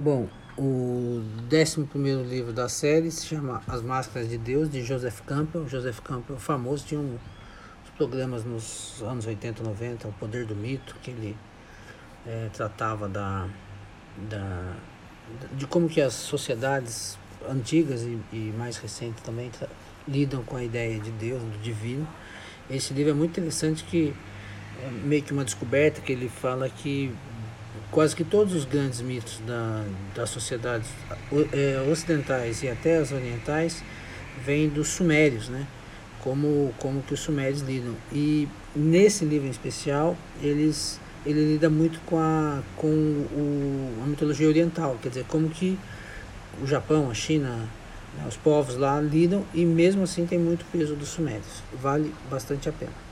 Bom, o 11º livro da série se chama As Máscaras de Deus, de Joseph Campbell. Joseph Campbell, famoso, tinha uns programas nos anos 80, 90, O Poder do Mito, que ele tratava de como que as sociedades antigas e mais recentes também lidam com a ideia de Deus, do divino. Esse livro é muito interessante, que é meio que uma descoberta, que ele fala que quase que todos os grandes mitos das sociedades ocidentais e até as orientais vêm dos sumérios, né? Como que os sumérios lidam. E nesse livro em especial, ele lida muito com a mitologia oriental, quer dizer, como que o Japão, a China, né, os povos lá lidam, e mesmo assim tem muito peso dos sumérios. Vale bastante a pena.